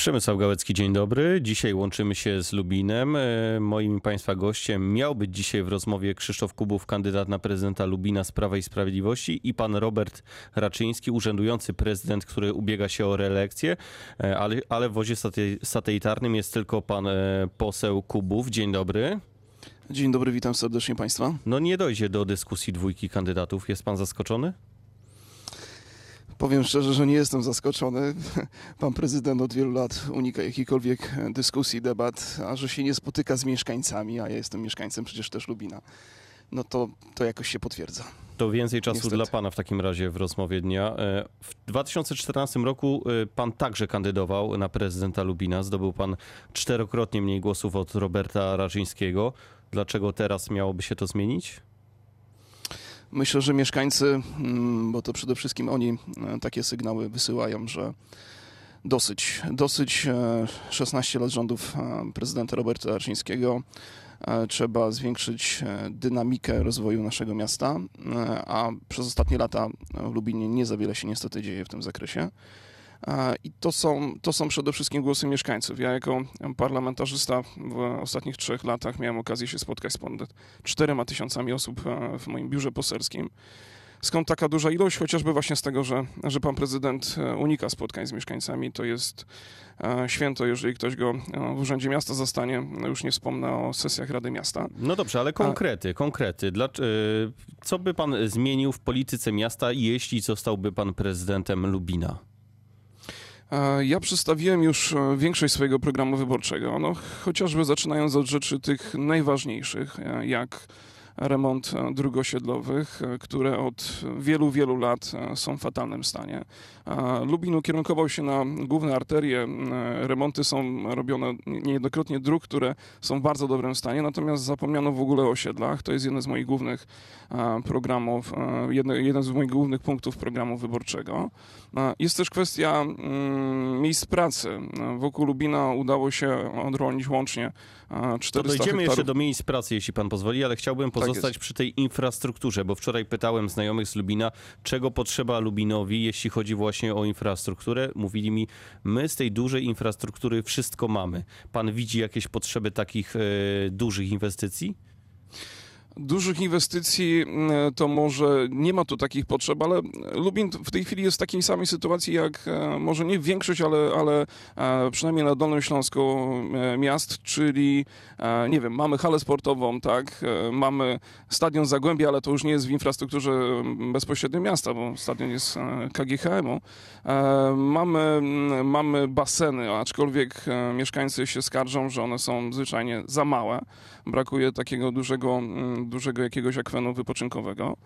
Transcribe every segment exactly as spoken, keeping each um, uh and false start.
Przemysław Gałecki, dzień dobry. Dzisiaj łączymy się z Lubinem. Moim Państwa gościem miał być dzisiaj w rozmowie Krzysztof Kubów, kandydat na prezydenta Lubina z Prawa i Sprawiedliwości, i pan Robert Raczyński, urzędujący prezydent, który ubiega się o reelekcję, ale, ale w wozie satelitarnym jest tylko pan poseł Kubów. Dzień dobry. Dzień dobry, witam serdecznie Państwa. No nie dojdzie do dyskusji dwójki kandydatów. Jest pan zaskoczony? Powiem szczerze, że nie jestem zaskoczony. Pan prezydent od wielu lat unika jakichkolwiek dyskusji, debat, a że się nie spotyka z mieszkańcami, a ja jestem mieszkańcem przecież też Lubina, no to, to jakoś się potwierdza. To więcej czasu Niestety. dla pana w takim razie w rozmowie dnia. W dwa tysiące czternastym roku pan także kandydował na prezydenta Lubina. Zdobył pan czterokrotnie mniej głosów od Roberta Raczyńskiego. Dlaczego teraz miałoby się to zmienić? Myślę, że mieszkańcy, bo to przede wszystkim oni takie sygnały wysyłają, że dosyć, dosyć szesnaście lat rządów prezydenta Roberta Raczyńskiego. Trzeba zwiększyć dynamikę rozwoju naszego miasta, a przez ostatnie lata w Lubinie nie za wiele się niestety dzieje w tym zakresie. I to są, to są przede wszystkim głosy mieszkańców. Ja jako parlamentarzysta w ostatnich trzech latach miałem okazję się spotkać z ponad czterema tysiącami osób w moim biurze poselskim. Skąd taka duża ilość? Chociażby właśnie z tego, że, że pan prezydent unika spotkań z mieszkańcami. To jest święto, jeżeli ktoś go w Urzędzie Miasta zastanie. Już nie wspomnę o sesjach Rady Miasta. No dobrze, ale konkrety, A... konkrety. Dla, co by pan zmienił w polityce miasta, jeśli zostałby pan prezydentem Lubina? Ja przedstawiłem już większość swojego programu wyborczego, no, chociażby zaczynając od rzeczy tych najważniejszych, jak remont dróg osiedlowych, które od wielu, wielu lat są w fatalnym stanie. Lubin ukierunkował się na główne arterie. Remonty są robione niejednokrotnie dróg, które są w bardzo dobrym stanie, natomiast zapomniano w ogóle o osiedlach. To jest jeden z moich głównych programów, jeden z moich głównych punktów programu wyborczego. Jest też kwestia miejsc pracy. Wokół Lubina udało się odrolnić łącznie czterysta to dojdziemy hektarów. jeszcze do miejsc pracy, jeśli pan pozwoli, ale chciałbym pozostać tak przy tej infrastrukturze, bo wczoraj pytałem znajomych z Lubina, czego potrzeba Lubinowi, jeśli chodzi właśnie o infrastrukturę. Mówili mi, my z tej dużej infrastruktury wszystko mamy. Pan widzi jakieś potrzeby takich e, dużych inwestycji? Dużych inwestycji to może nie ma tu takich potrzeb, ale Lubin w tej chwili jest w takiej samej sytuacji jak może nie większość, ale, ale przynajmniej na Dolnym Śląsku miast, czyli nie wiem, mamy halę sportową, tak, mamy stadion Zagłębia, ale to już nie jest w infrastrukturze bezpośrednio miasta, bo stadion jest K G H M-u. Mamy, mamy baseny, aczkolwiek mieszkańcy się skarżą, że one są zwyczajnie za małe. Brakuje takiego dużego dużego jakiegoś akwenu wypoczynkowego.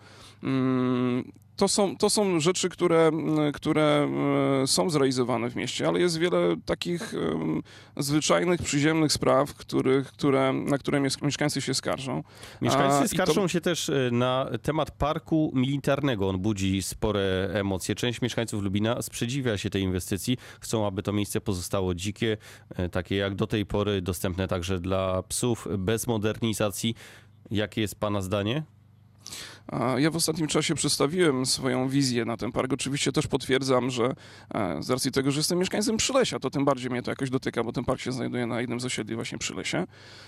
To są, to są rzeczy, które, które są zrealizowane w mieście, ale jest wiele takich zwyczajnych, przyziemnych spraw, których, które, na które mieszkańcy się skarżą. Mieszkańcy A, skarżą to... się też na temat parku militarnego. On budzi spore emocje. Część mieszkańców Lubina sprzeciwia się tej inwestycji. Chcą, aby to miejsce pozostało dzikie, takie jak do tej pory, dostępne także dla psów, bez modernizacji. Jakie jest pana zdanie? Ja w ostatnim czasie przedstawiłem swoją wizję na ten park. Oczywiście też potwierdzam, że z racji tego, że jestem mieszkańcem Przylesia, to tym bardziej mnie to jakoś dotyka, bo ten park się znajduje na jednym z osiedli właśnie Przylesie.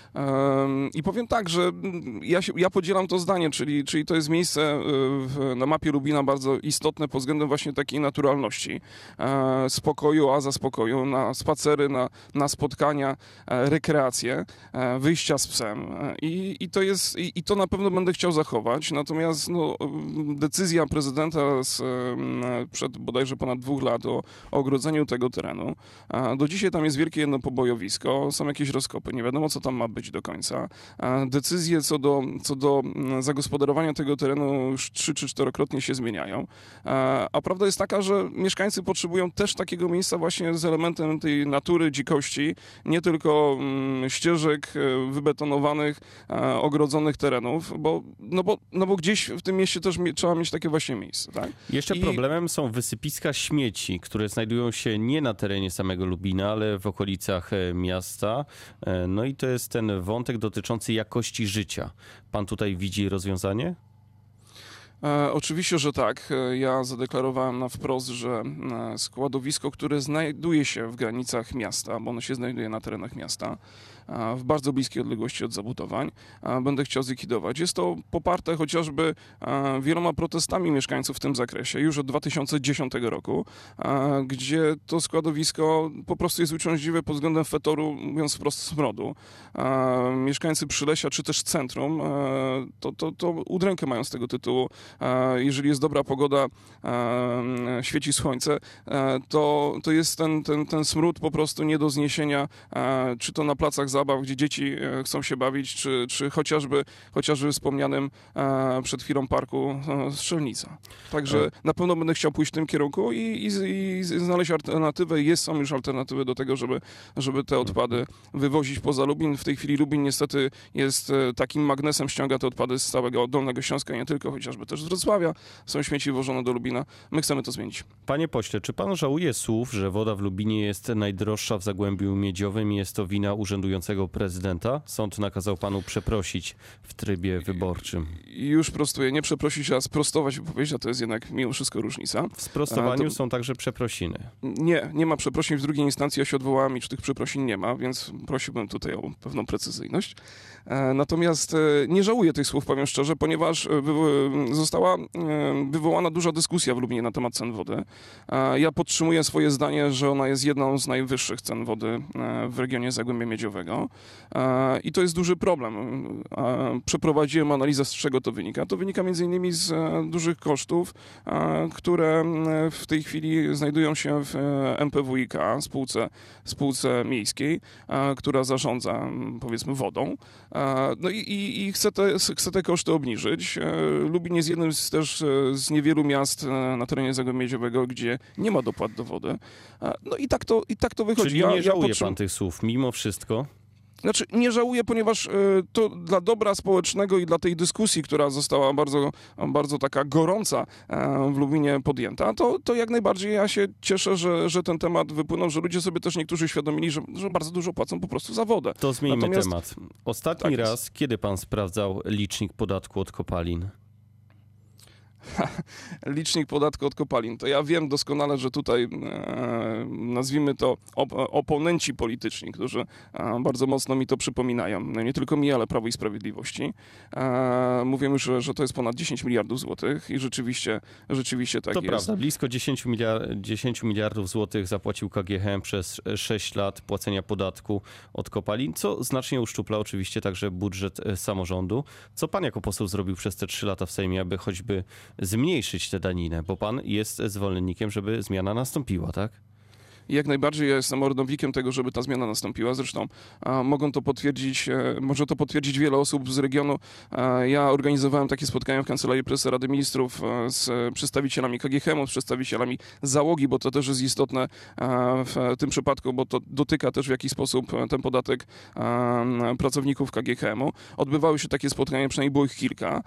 I powiem tak, że ja, się, ja podzielam to zdanie, czyli, czyli to jest miejsce w, na mapie Lubina bardzo istotne pod względem właśnie takiej naturalności, spokoju, oaza spokoju, na spacery, na, na spotkania, rekreacje, wyjścia z psem. I, i, to jest, i, i to na pewno będę chciał zachować. Natomiast no, decyzja prezydenta z, przed bodajże ponad dwóch lat o, o ogrodzeniu tego terenu. Do dzisiaj tam jest wielkie jedno pobojowisko, są jakieś rozkopy, nie wiadomo co tam ma być do końca. Decyzje co do, co do zagospodarowania tego terenu już trzy czy czterokrotnie się zmieniają. A prawda jest taka, że mieszkańcy potrzebują też takiego miejsca właśnie z elementem tej natury, dzikości, nie tylko ścieżek wybetonowanych, ogrodzonych terenów, bo, no bo, no bo gdzieś w tym mieście też trzeba mieć takie właśnie miejsce. Tak? Jeszcze I... problemem są wysypiska śmieci, które znajdują się nie na terenie samego Lubina, ale w okolicach miasta. No i to jest ten wątek dotyczący jakości życia. Pan tutaj widzi rozwiązanie? E, oczywiście, że tak. E, Ja zadeklarowałem na wprost, że e, składowisko, które znajduje się w granicach miasta, bo ono się znajduje na terenach miasta, e, w bardzo bliskiej odległości od zabudowań, e, będę chciał zlikwidować. Jest to poparte chociażby e, wieloma protestami mieszkańców w tym zakresie już od dwa tysiące dziesiątego roku, e, gdzie to składowisko po prostu jest uciążliwe pod względem fetoru, mówiąc wprost, smrodu. E, Mieszkańcy Przylesia czy też centrum to, to, to udrękę mają z tego tytułu. Jeżeli jest dobra pogoda, świeci słońce, to, to jest ten, ten, ten smród po prostu nie do zniesienia, czy to na placach zabaw, gdzie dzieci chcą się bawić, czy, czy chociażby, chociażby wspomnianym przed chwilą parku Strzelnica. Także na pewno będę chciał pójść w tym kierunku i, i, i znaleźć alternatywę. Jest, są już alternatywy do tego, żeby, żeby te odpady wywozić poza Lubin. W tej chwili Lubin niestety jest takim magnesem, ściąga te odpady z całego Dolnego Śląska, nie tylko, chociażby też z Wrocławia. Są śmieci wożone do Lubina. My chcemy to zmienić. Panie pośle, czy pan żałuje słów, że woda w Lubinie jest najdroższa w Zagłębiu Miedziowym i jest to wina urzędującego prezydenta? Sąd nakazał panu przeprosić w trybie wyborczym. I już prostuję. Nie przeprosić, a sprostować wypowiedź, a to jest jednak mimo wszystko różnica. W sprostowaniu to... są także przeprosiny. Nie, nie ma przeprosin. W drugiej instancji ja się odwołałem i czy tych przeprosin nie ma, więc prosiłbym tutaj o pewną precyzyjność. Natomiast nie żałuję tych słów, powiem szczerze, ponieważ została wywołana duża dyskusja w Lublinie na temat cen wody. Ja podtrzymuję swoje zdanie, że ona jest jedną z najwyższych cen wody w regionie Zagłębia Miedziowego i to jest duży problem. Przeprowadziłem analizę, z czego to wynika. To wynika między innymi z dużych kosztów, które w tej chwili znajdują się w M P W i K, spółce, spółce miejskiej, która zarządza, powiedzmy, wodą. No i, i, i chcę, te, chcę te koszty obniżyć. Lubin jest jednym z, też z niewielu miast na terenie Zagłębia Miedziowego, gdzie nie ma dopłat do wody. No i tak to, i tak to wychodzi. Czyli ja, nie żałuje ja potrzeb... pan tych słów, mimo wszystko? Znaczy, nie żałuję, ponieważ to dla dobra społecznego i dla tej dyskusji, która została bardzo, bardzo taka gorąca w Lubinie podjęta, to, to jak najbardziej ja się cieszę, że, że ten temat wypłynął, że ludzie sobie też niektórzy świadomili, że, że bardzo dużo płacą po prostu za wodę. To zmieńmy Natomiast... temat. Ostatni tak raz, jest. Kiedy pan sprawdzał licznik podatku od kopalin? Licznik podatku od kopalin. To ja wiem doskonale, że tutaj e, nazwijmy to op oponenci polityczni, którzy e, bardzo mocno mi to przypominają. No, nie tylko mi, ale Prawo i Sprawiedliwości. E, mówię już, że, że to jest ponad dziesięć miliardów złotych i rzeczywiście, rzeczywiście tak to jest. To prawda. Blisko dziesięć miliardów złotych zapłacił K G H M przez sześć lat płacenia podatku od kopalin, co znacznie uszczupla oczywiście także budżet samorządu. Co pan jako poseł zrobił przez te trzy lata w Sejmie, aby choćby zmniejszyć tę daninę, bo pan jest zwolennikiem, żeby zmiana nastąpiła, tak? Jak najbardziej ja jestem orędownikiem tego, żeby ta zmiana nastąpiła. Zresztą a, mogą to potwierdzić, e, może to potwierdzić wiele osób z regionu. E, ja organizowałem takie spotkania w Kancelarii Prezesa Rady Ministrów e, z przedstawicielami K G H M-u, z przedstawicielami załogi, bo to też jest istotne e, w tym przypadku, bo to dotyka też w jakiś sposób ten podatek e, pracowników K G H M-u. Odbywały się takie spotkania, przynajmniej było ich kilka.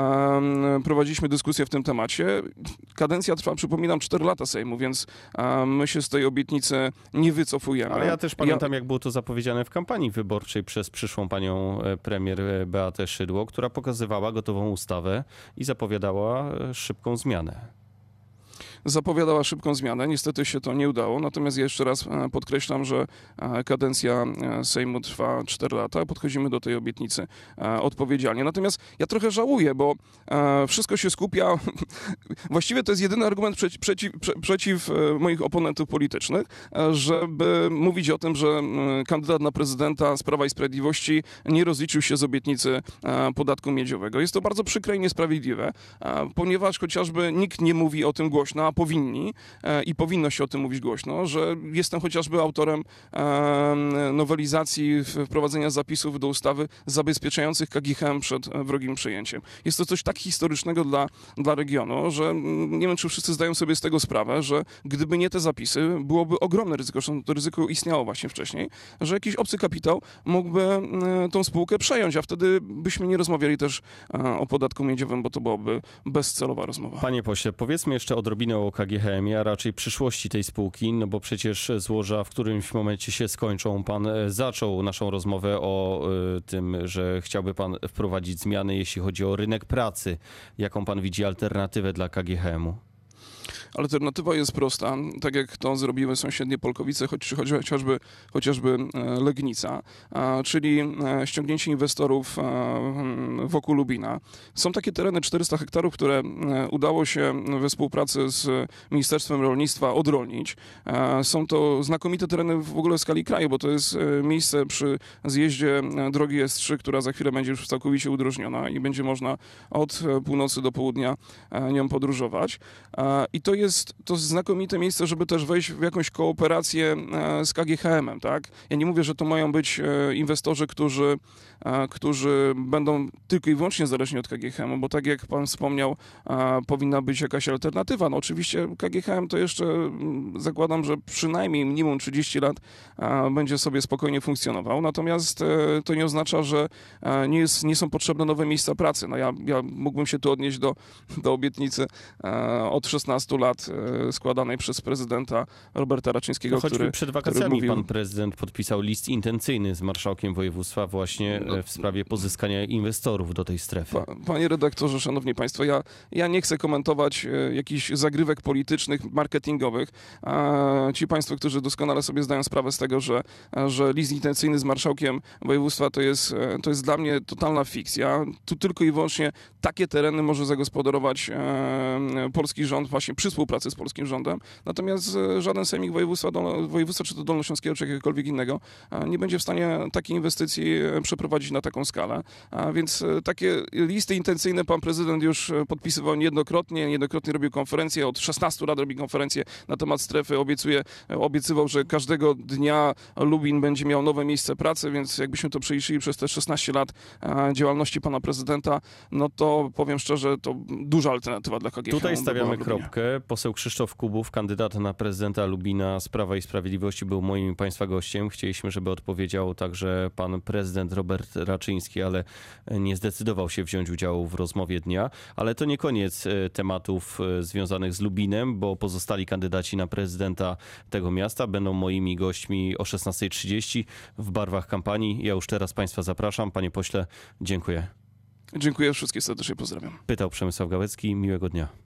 E, prowadziliśmy dyskusję w tym temacie. Kadencja trwa, przypominam, cztery lata Sejmu, więc e, my się z tej obietnicy nie wycofujemy. Ale ja też pamiętam, ja... jak było to zapowiedziane w kampanii wyborczej przez przyszłą panią premier Beatę Szydło, która pokazywała gotową ustawę i zapowiadała szybką zmianę. Zapowiadała szybką zmianę. Niestety się to nie udało. Natomiast ja jeszcze raz podkreślam, że kadencja Sejmu trwa cztery lata. Podchodzimy do tej obietnicy odpowiedzialnie. Natomiast ja trochę żałuję, bo wszystko się skupia... Właściwie to jest jedyny argument przeciw, przeciw, przeciw moich oponentów politycznych, żeby mówić o tym, że kandydat na prezydenta z Prawa i Sprawiedliwości nie rozliczył się z obietnicy podatku miedziowego. Jest to bardzo przykre i niesprawiedliwe, ponieważ chociażby nikt nie mówi o tym głośno, a powinni e, i powinno się o tym mówić głośno, że jestem chociażby autorem e, nowelizacji wprowadzenia zapisów do ustawy zabezpieczających K G H M przed wrogim przejęciem. Jest to coś tak historycznego dla, dla regionu, że nie wiem, czy wszyscy zdają sobie z tego sprawę, że gdyby nie te zapisy, byłoby ogromne ryzyko, że to ryzyko istniało właśnie wcześniej, że jakiś obcy kapitał mógłby e, tą spółkę przejąć, a wtedy byśmy nie rozmawiali też e, o podatku miedziowym, bo to byłaby bezcelowa rozmowa. Panie pośle, powiedzmy jeszcze odrobinę o o K G H M-ie, a raczej przyszłości tej spółki, no bo przecież złoża w którymś momencie się skończą. Pan e, zaczął naszą rozmowę o e, tym, że chciałby pan wprowadzić zmiany, jeśli chodzi o rynek pracy. Jaką pan widzi alternatywę dla K G H M-u? Alternatywa jest prosta, tak jak to zrobiły sąsiednie Polkowice, choć, czy choć, chociażby, chociażby Legnica, czyli ściągnięcie inwestorów wokół Lubina. Są takie tereny czterysta hektarów, które udało się we współpracy z Ministerstwem Rolnictwa odrolnić. Są to znakomite tereny w ogóle w skali kraju, bo to jest miejsce przy zjeździe drogi S trzy, która za chwilę będzie już całkowicie udrożniona i będzie można od północy do południa nią podróżować. I to jest to znakomite miejsce, żeby też wejść w jakąś kooperację z K G H M-em, tak? Ja nie mówię, że to mają być inwestorzy, którzy, którzy będą tylko i wyłącznie zależni od K G H M-u, bo tak jak pan wspomniał, powinna być jakaś alternatywa. No oczywiście K G H M to jeszcze zakładam, że przynajmniej minimum trzydzieści lat będzie sobie spokojnie funkcjonował, natomiast to nie oznacza, że nie, jest, nie są potrzebne nowe miejsca pracy. No ja, ja mógłbym się tu odnieść do, do obietnicy od szesnastu lat składanej przez prezydenta Roberta Raczyńskiego, No choćby który przed który wakacjami mówił... pan prezydent podpisał list intencyjny z marszałkiem województwa właśnie No, w sprawie pozyskania inwestorów do tej strefy. Pa, panie redaktorze, szanowni państwo, ja, ja nie chcę komentować e, jakichś zagrywek politycznych, marketingowych. E, ci państwo, którzy doskonale sobie zdają sprawę z tego, że, że list intencyjny z marszałkiem województwa to jest, e, to jest dla mnie totalna fikcja. Tu tylko i wyłącznie takie tereny może zagospodarować e, polski rząd właśnie przy współpracy z polskim rządem. Natomiast e, żaden sejmik województwa, dolno, województwa czy to dolnośląskiego, czy jakiegokolwiek innego e, nie będzie w stanie takiej inwestycji e, przeprowadzić na taką skalę. A więc e, takie listy intencyjne pan prezydent już e, podpisywał niejednokrotnie, niejednokrotnie robił konferencje, od szesnastu lat robi konferencje na temat strefy, obiecuje, e, obiecywał, że każdego dnia Lubin będzie miał nowe miejsce pracy, więc jakbyśmy to przeliczyli przez te szesnaście lat e, działalności pana prezydenta, no to powiem szczerze, to duża alternatywa dla K G H M. Tutaj stawiamy była w Lubinie. kropkę. Poseł Krzysztof Kubów, kandydat na prezydenta Lubina z Prawa i Sprawiedliwości, był moim i państwa gościem. Chcieliśmy, żeby odpowiedział także pan prezydent Robert Raczyński, ale nie zdecydował się wziąć udziału w rozmowie dnia. Ale to nie koniec e, tematów e, związanych z Lubinem, bo pozostali kandydaci na prezydenta tego miasta będą moimi gośćmi o szesnastej trzydzieści w barwach kampanii. Ja już teraz państwa zapraszam. Panie pośle, dziękuję. Dziękuję, wszystkich serdecznie pozdrawiam. Pytał Przemysław Gałecki. Miłego dnia.